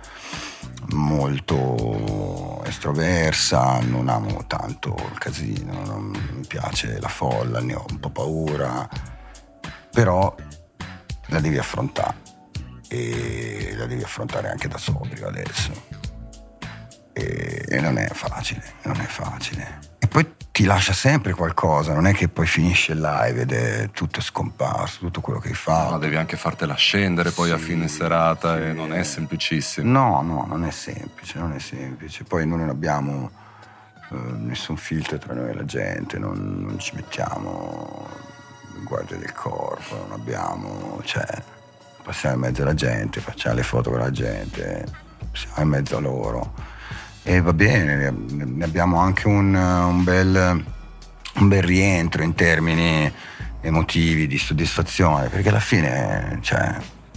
S3: molto estroversa, non amo tanto il casino, non mi piace la folla, ne ho un po' paura, però la devi affrontare, e la devi affrontare anche da sobrio adesso, e, e non è facile, non è facile. E poi ti lascia sempre qualcosa, non è che poi finisce il live ed è tutto scomparso, tutto quello che hai fatto.
S4: Ma devi anche fartela scendere poi sì, a fine serata, sì. E non è semplicissimo.
S3: No, no, non è semplice, non è semplice. Poi noi non abbiamo eh, nessun filtro tra noi e la gente, non, non ci mettiamo guardie del corpo, non abbiamo, cioè, passiamo in mezzo alla gente, facciamo le foto con la gente, siamo in mezzo a loro. E va bene, ne abbiamo anche un, un, bel, un bel rientro in termini emotivi, di soddisfazione, perché alla fine, cioè,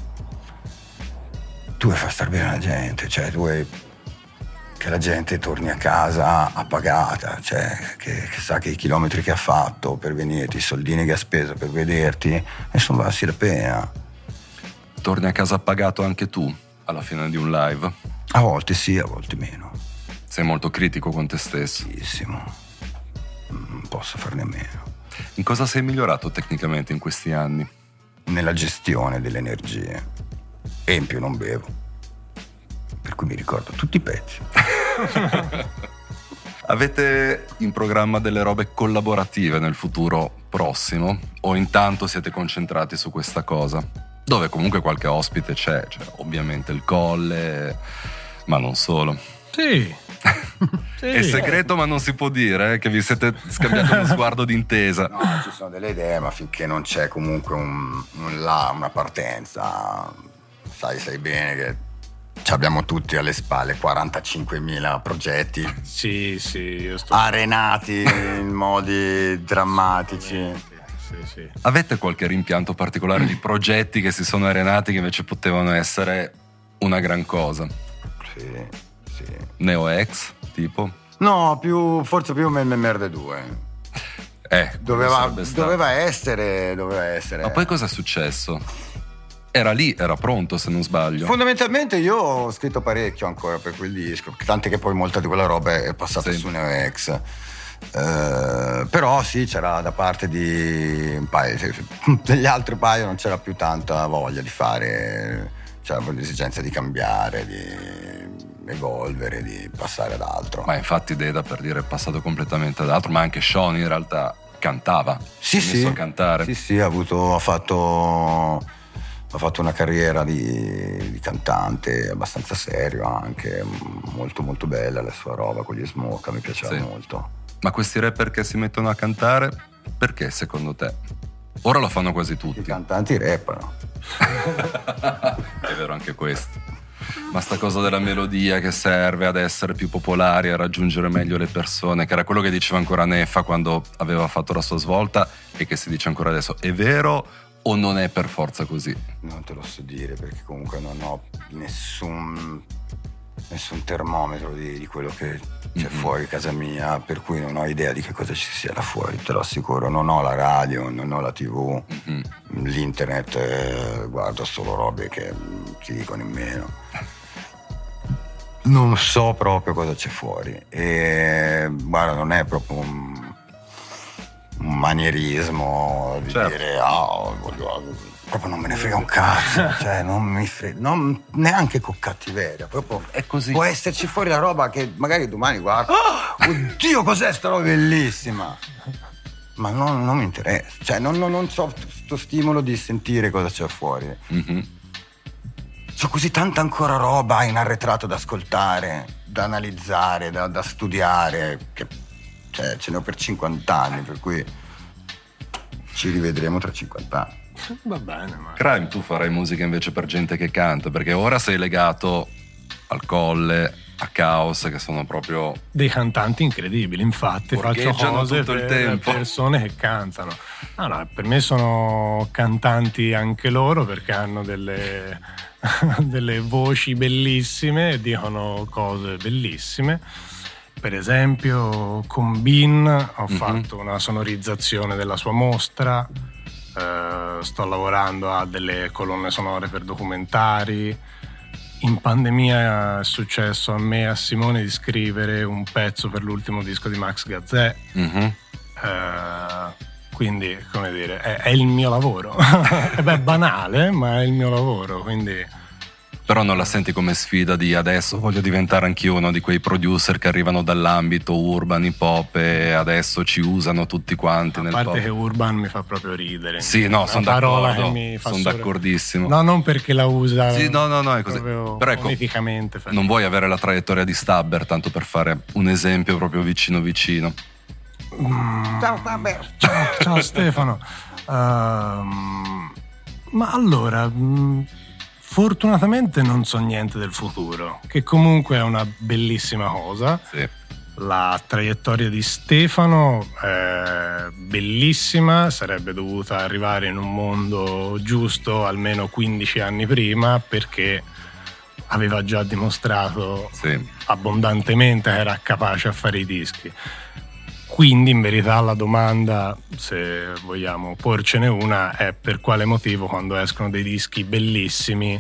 S3: tu vuoi far star bene la gente, cioè tu vuoi che la gente torni a casa appagata, cioè che, che sa che i chilometri che ha fatto per venirti, i soldini che ha speso per vederti, e sono valsi la pena.
S4: Torni a casa appagato anche tu alla fine di un live?
S3: A volte sì, a volte meno.
S4: Sei molto critico con te stesso?
S3: Moltissimo. Non posso farne a meno.
S4: In cosa sei migliorato tecnicamente in questi anni?
S3: Nella gestione delle energie. E in più non bevo. Per cui mi ricordo tutti i pezzi.
S4: Avete in programma delle robe collaborative nel futuro prossimo? O intanto siete concentrati su questa cosa? Dove comunque qualche ospite c'è, cioè ovviamente il Colle, ma non solo.
S5: Sì. Sì.
S4: È segreto, ma non si può dire, eh, che vi siete scambiati uno sguardo d'intesa.
S3: No, ci sono delle idee, ma finché non c'è comunque un, un là, una partenza, sai, sai bene che ci abbiamo tutti alle spalle quarantacinquemila progetti.
S5: Sì, sì, io sto
S3: arenati in modi drammatici.
S5: Sì, sì.
S4: Avete qualche rimpianto particolare di progetti che si sono arenati che invece potevano essere una gran cosa?
S3: Sì.
S4: Neo-X, tipo?
S3: No, più, forse più M M R D due.
S4: Eh,
S3: doveva, doveva essere, doveva essere.
S4: Ma poi cosa è successo? Era lì, era pronto, se non sbaglio.
S3: Fondamentalmente io ho scritto parecchio ancora per quel disco, tant'è che poi molta di quella roba è passata sì. su Neo-X. Uh, però sì, c'era da parte di un paio, degli altri paio non c'era più tanta voglia di fare, c'era l'esigenza di cambiare, di evolvere, di passare ad altro.
S4: Ma infatti Deda, per dire, è passato completamente ad altro, ma anche Sean in realtà cantava.
S3: Sì,
S4: si è
S3: sì.
S4: messo a cantare.
S3: Sì, sì, ha avuto, ha fatto, ha fatto una carriera di, di cantante abbastanza serio, anche molto molto bella la sua roba con gli Smoke, mi piaceva sì. molto.
S4: Ma questi rapper che si mettono a cantare, perché secondo te? Ora lo fanno quasi tutti.
S3: I cantanti rappano.
S4: È vero anche questo. Ma sta cosa della melodia che serve ad essere più popolari, a raggiungere meglio le persone, che era quello che diceva ancora Neffa quando aveva fatto la sua svolta e che si dice ancora adesso, è vero o non è per forza così?
S3: Non te lo so dire, perché comunque non ho nessun nessun termometro di, di quello che c'è mm-hmm. fuori casa mia, per cui non ho idea di che cosa ci sia là fuori, te lo assicuro. Non ho la radio, non ho la tivù, mm-hmm. l'internet, eh, guardo solo robe che ti dico nemmeno. non so proprio cosa c'è fuori. E guarda, non è proprio un, un manierismo di certo. dire oh, voglio, proprio non me ne frega un cazzo, cioè non mi frega, non, neanche con cattiveria, proprio è così. Può esserci fuori la roba che magari domani guarda, oh, oddio cos'è sta roba bellissima, ma non, non mi interessa, cioè non, non, non so sto stimolo di sentire cosa c'è fuori. Mm-hmm. C'ho così tanta ancora roba in arretrato da ascoltare, da analizzare, da, da studiare, che cioè, ce ne ho per cinquanta anni, per cui ci rivedremo tra cinquanta anni.
S5: Va bene, ma...
S4: Crime, tu farai musica invece per gente che canta, perché ora sei legato al Colle, a Caos, che sono proprio
S5: dei cantanti incredibili. Infatti faccio cose
S4: tutto
S5: per
S4: il tempo.
S5: persone che cantano. No, no, per me sono cantanti anche loro, perché hanno delle delle voci bellissime e dicono cose bellissime. Per esempio con Bin ho mm-hmm. fatto una sonorizzazione della sua mostra. Uh, sto lavorando a delle colonne sonore per documentari. In pandemia è successo a me e a Simone di scrivere un pezzo per l'ultimo disco di Max Gazzè. Mm-hmm. Uh, quindi, come dire, è, è il mio lavoro. È beh, banale, ma è il mio lavoro, quindi...
S4: Però non la senti come sfida di adesso voglio diventare anch'io uno di quei producer che arrivano dall'ambito urban, hip hop e adesso ci usano tutti quanti
S5: a
S4: nel
S5: parte
S4: pop.
S5: Che urban mi fa proprio ridere.
S4: Sì, no, sono d'accordo, sono solo... d'accordissimo.
S5: No, non perché la usa.
S4: Sì, no, no, no, è così. Però ecco, non vuoi avere la traiettoria di Stabber, tanto per fare un esempio proprio vicino vicino.
S5: Mm. Ciao Stabber. Ciao, ciao Stefano. Uh, ma allora... Mm, fortunatamente non so niente del futuro, che comunque è una bellissima cosa.
S4: Sì.
S5: La traiettoria di Stefano è bellissima, sarebbe dovuta arrivare in un mondo giusto almeno quindici anni prima, perché aveva già dimostrato sì. abbondantemente che era capace a fare i dischi. Quindi in verità la domanda, se vogliamo porcene una, è per quale motivo quando escono dei dischi bellissimi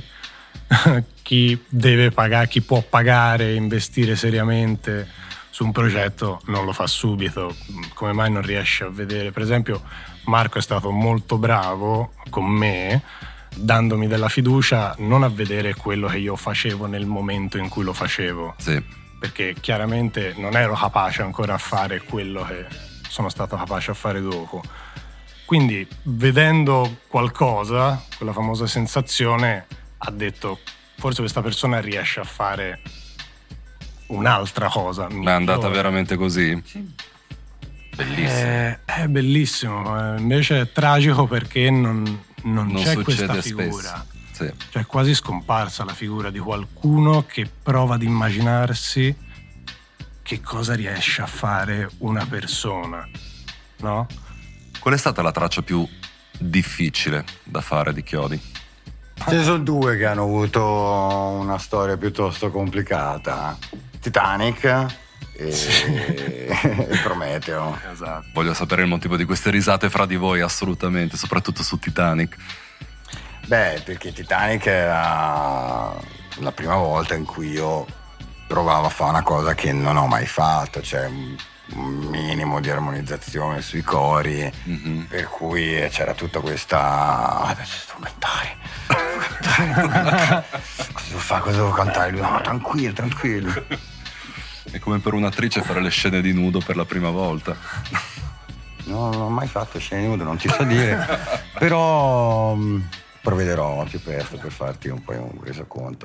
S5: chi deve pagare, chi può pagare, investire seriamente su un progetto non lo fa subito. Come mai non riesce a vedere? Per esempio Marco è stato molto bravo con me, dandomi della fiducia non a vedere quello che io facevo nel momento in cui lo facevo.
S4: Sì.
S5: Perché chiaramente non ero capace ancora a fare quello che sono stato capace a fare dopo. Quindi vedendo qualcosa, quella famosa sensazione, ha detto forse questa persona riesce a fare un'altra cosa.
S4: Ma è andata veramente così?
S5: Sì.
S4: Bellissimo.
S5: È, è bellissimo, invece è tragico perché non, non, non c'è questa figura.
S4: Spesso. Sì.
S5: Cioè è quasi scomparsa la figura di qualcuno che prova ad immaginarsi che cosa riesce a fare una persona, no?
S4: Qual è stata la traccia più difficile da fare di Chiodi?
S3: Ce ne sono due che hanno avuto una storia piuttosto complicata: Titanic e, sì. e Prometeo.
S5: Esatto.
S4: Voglio sapere il motivo di queste risate fra di voi, assolutamente, soprattutto su Titanic.
S3: Beh, perché Titanic era la prima volta in cui io provavo a fare una cosa che non ho mai fatto, cioè un minimo di armonizzazione sui cori, mm-hmm. per cui c'era tutta questa... Ah, devo cantare, devo cantare, cosa devo fare, cosa devo cantare? Lui, no, tranquillo, tranquillo.
S4: È come per un'attrice fare le scene di nudo per la prima volta.
S3: No, non ho mai fatto scene di nudo, non ti so dire, però... provvederò più presto per farti un po' un resoconto.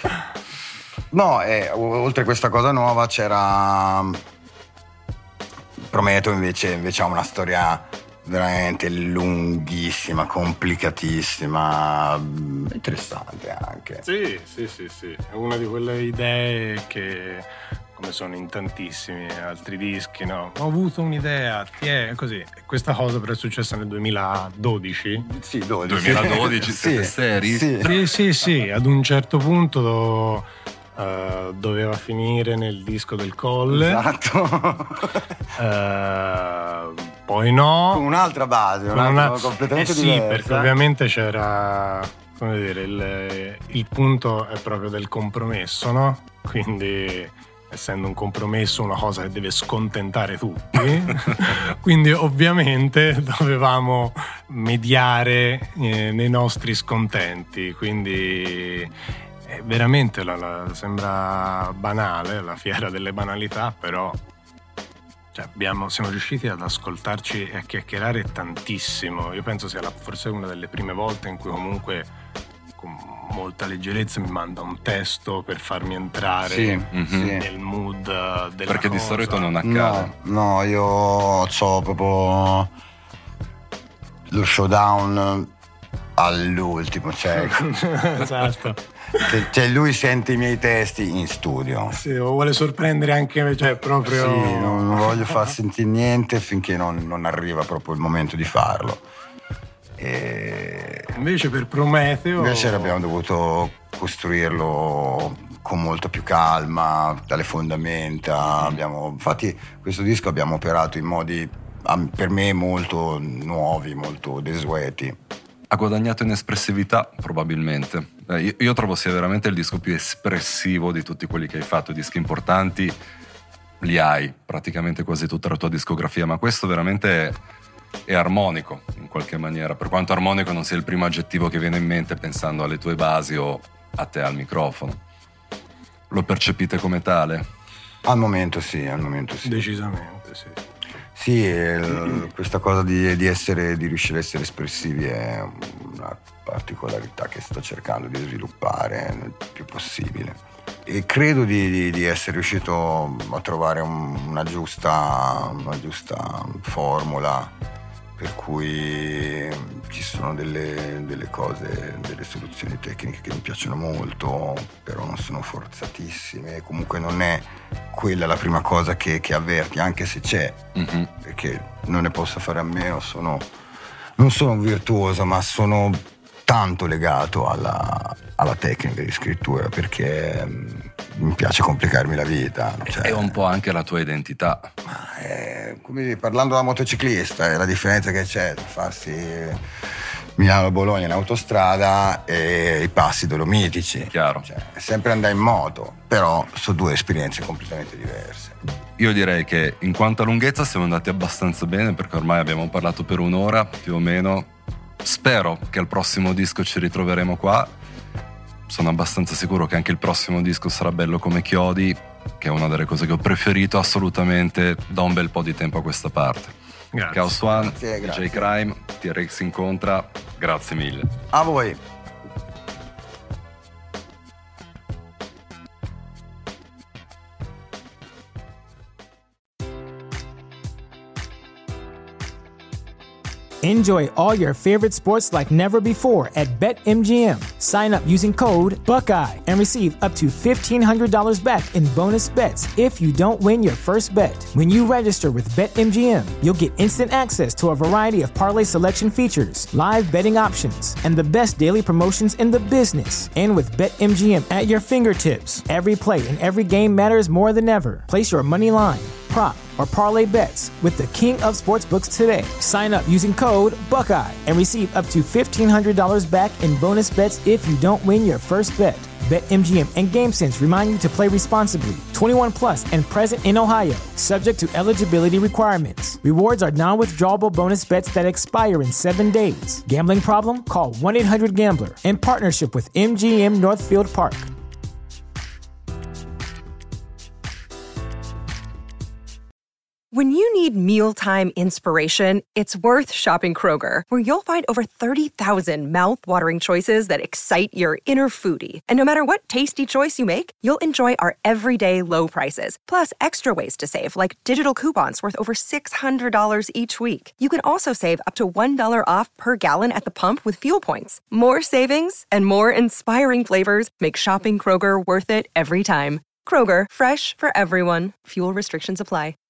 S3: No, eh, oltre a questa cosa nuova c'era Prometeo, invece, invece ha una storia veramente lunghissima, complicatissima, interessante anche.
S5: Sì, sì, sì, sì. È una di quelle idee che, come sono in tantissimi altri dischi, no? Ho avuto un'idea, ti è così. Questa cosa però è successa nel duemiladodici.
S3: Sì, dodici.
S4: duemiladodici, siete
S3: sì,
S4: seri?
S3: Sì.
S5: sì, sì, sì. Ad un certo punto do, uh, doveva finire nel disco del Colle.
S3: Esatto.
S5: uh, poi no.
S3: Con un'altra base, un'altra
S5: una...
S3: completamente
S5: eh sì,
S3: diversa.
S5: perché ovviamente c'era come dire, il, il punto è proprio del compromesso, no? Quindi, essendo un compromesso una cosa che deve scontentare tutti, quindi ovviamente dovevamo mediare eh, nei nostri scontenti, quindi eh, veramente la, la, sembra banale, la fiera delle banalità, però cioè, abbiamo, siamo riusciti ad ascoltarci e a chiacchierare tantissimo. Io penso sia la, forse una delle prime volte in cui comunque con molta leggerezza mi manda un testo per farmi entrare
S3: sì,
S5: nel
S3: sì.
S5: mood della
S4: Perché
S5: cosa.
S4: di solito non accade.
S3: No, no, io ho proprio lo showdown all'ultimo, cioè
S5: Esatto.
S3: che, cioè lui sente i miei testi in studio.
S5: Sì, o vuole sorprendere anche me, cioè proprio.
S3: Sì, non, non voglio far sentire niente finché non, non arriva proprio il momento di farlo. E
S5: invece per Prometeo
S3: invece abbiamo dovuto costruirlo con molta più calma, dalle fondamenta. Abbiamo, infatti questo disco abbiamo operato in modi per me molto nuovi, molto desueti.
S4: Ha guadagnato in espressività probabilmente. Eh, io, io trovo sia veramente il disco più espressivo di tutti quelli che hai fatto. Dischi importanti li hai praticamente quasi tutta la tua discografia, ma questo veramente è, è armonico in qualche maniera, per quanto armonico non sia il primo aggettivo che viene in mente pensando alle tue basi o a te al microfono. Lo percepite come tale?
S3: Al momento sì, al momento sì.
S5: Decisamente sì.
S3: Sì, il, questa cosa di, di essere, di riuscire a essere espressivi è una particolarità che sto cercando di sviluppare il più possibile. E credo di, di, di essere riuscito a trovare un, una giusta, una giusta formula per cui ci sono delle, delle cose, delle soluzioni tecniche che mi piacciono molto, però non sono forzatissime. Comunque non è quella la prima cosa che, che avverti, anche se c'è, mm-hmm. perché non ne posso fare a meno. Sono, non sono un virtuoso, ma sono tanto legato alla, alla tecnica di scrittura, perché mi piace complicarmi la vita. Cioè,
S4: è un po' anche la tua identità.
S3: Ma è, come parlando da motociclista, è la differenza che c'è tra farsi Milano-Bologna in autostrada e i passi dolomitici.
S4: Chiaro.
S3: Cioè, è sempre andare in moto, però sono due esperienze completamente diverse.
S4: Io direi che in quanto a lunghezza siamo andati abbastanza bene, perché ormai abbiamo parlato per un'ora più o meno. Spero che al prossimo disco ci ritroveremo qua. Sono abbastanza sicuro che anche il prossimo disco sarà bello come chiodi, che è una delle cose che ho preferito assolutamente da un bel po' di tempo a questa parte.
S5: Grazie.
S4: Chaos One,
S3: Grazie, grazie.
S4: D J Crime, T-Rex Incontra, grazie mille.
S3: A voi.
S1: Enjoy all your favorite sports like never before at BetMGM. Sign up using code Buckeye and receive up to fifteen hundred dollars back in bonus bets if you don't win your first bet. When you register with BetMGM, you'll get instant access to a variety of parlay selection features, live betting options, and the best daily promotions in the business. And with BetMGM at your fingertips, every play and every game matters more than ever. Place your money line, prop, or parlay bets with the king of sportsbooks today. Sign up using code Buckeye and receive up to fifteen hundred dollars back in bonus bets if you don't win your first bet. BetMGM and GameSense remind you to play responsibly. twenty-one plus and present in Ohio, subject to eligibility requirements. Rewards are non-withdrawable bonus bets that expire in seven days. Gambling problem? Call one eight hundred gambler. In partnership with M G M Northfield Park.
S6: When you need mealtime inspiration, it's worth shopping Kroger, where you'll find over thirty thousand mouth-watering choices that excite your inner foodie. And no matter what tasty choice you make, you'll enjoy our everyday low prices, plus extra ways to save, like digital coupons worth over six hundred dollars each week. You can also save up to one dollar off per gallon at the pump with fuel points. More savings and more inspiring flavors make shopping Kroger worth it every time. Kroger, fresh for everyone. Fuel restrictions apply.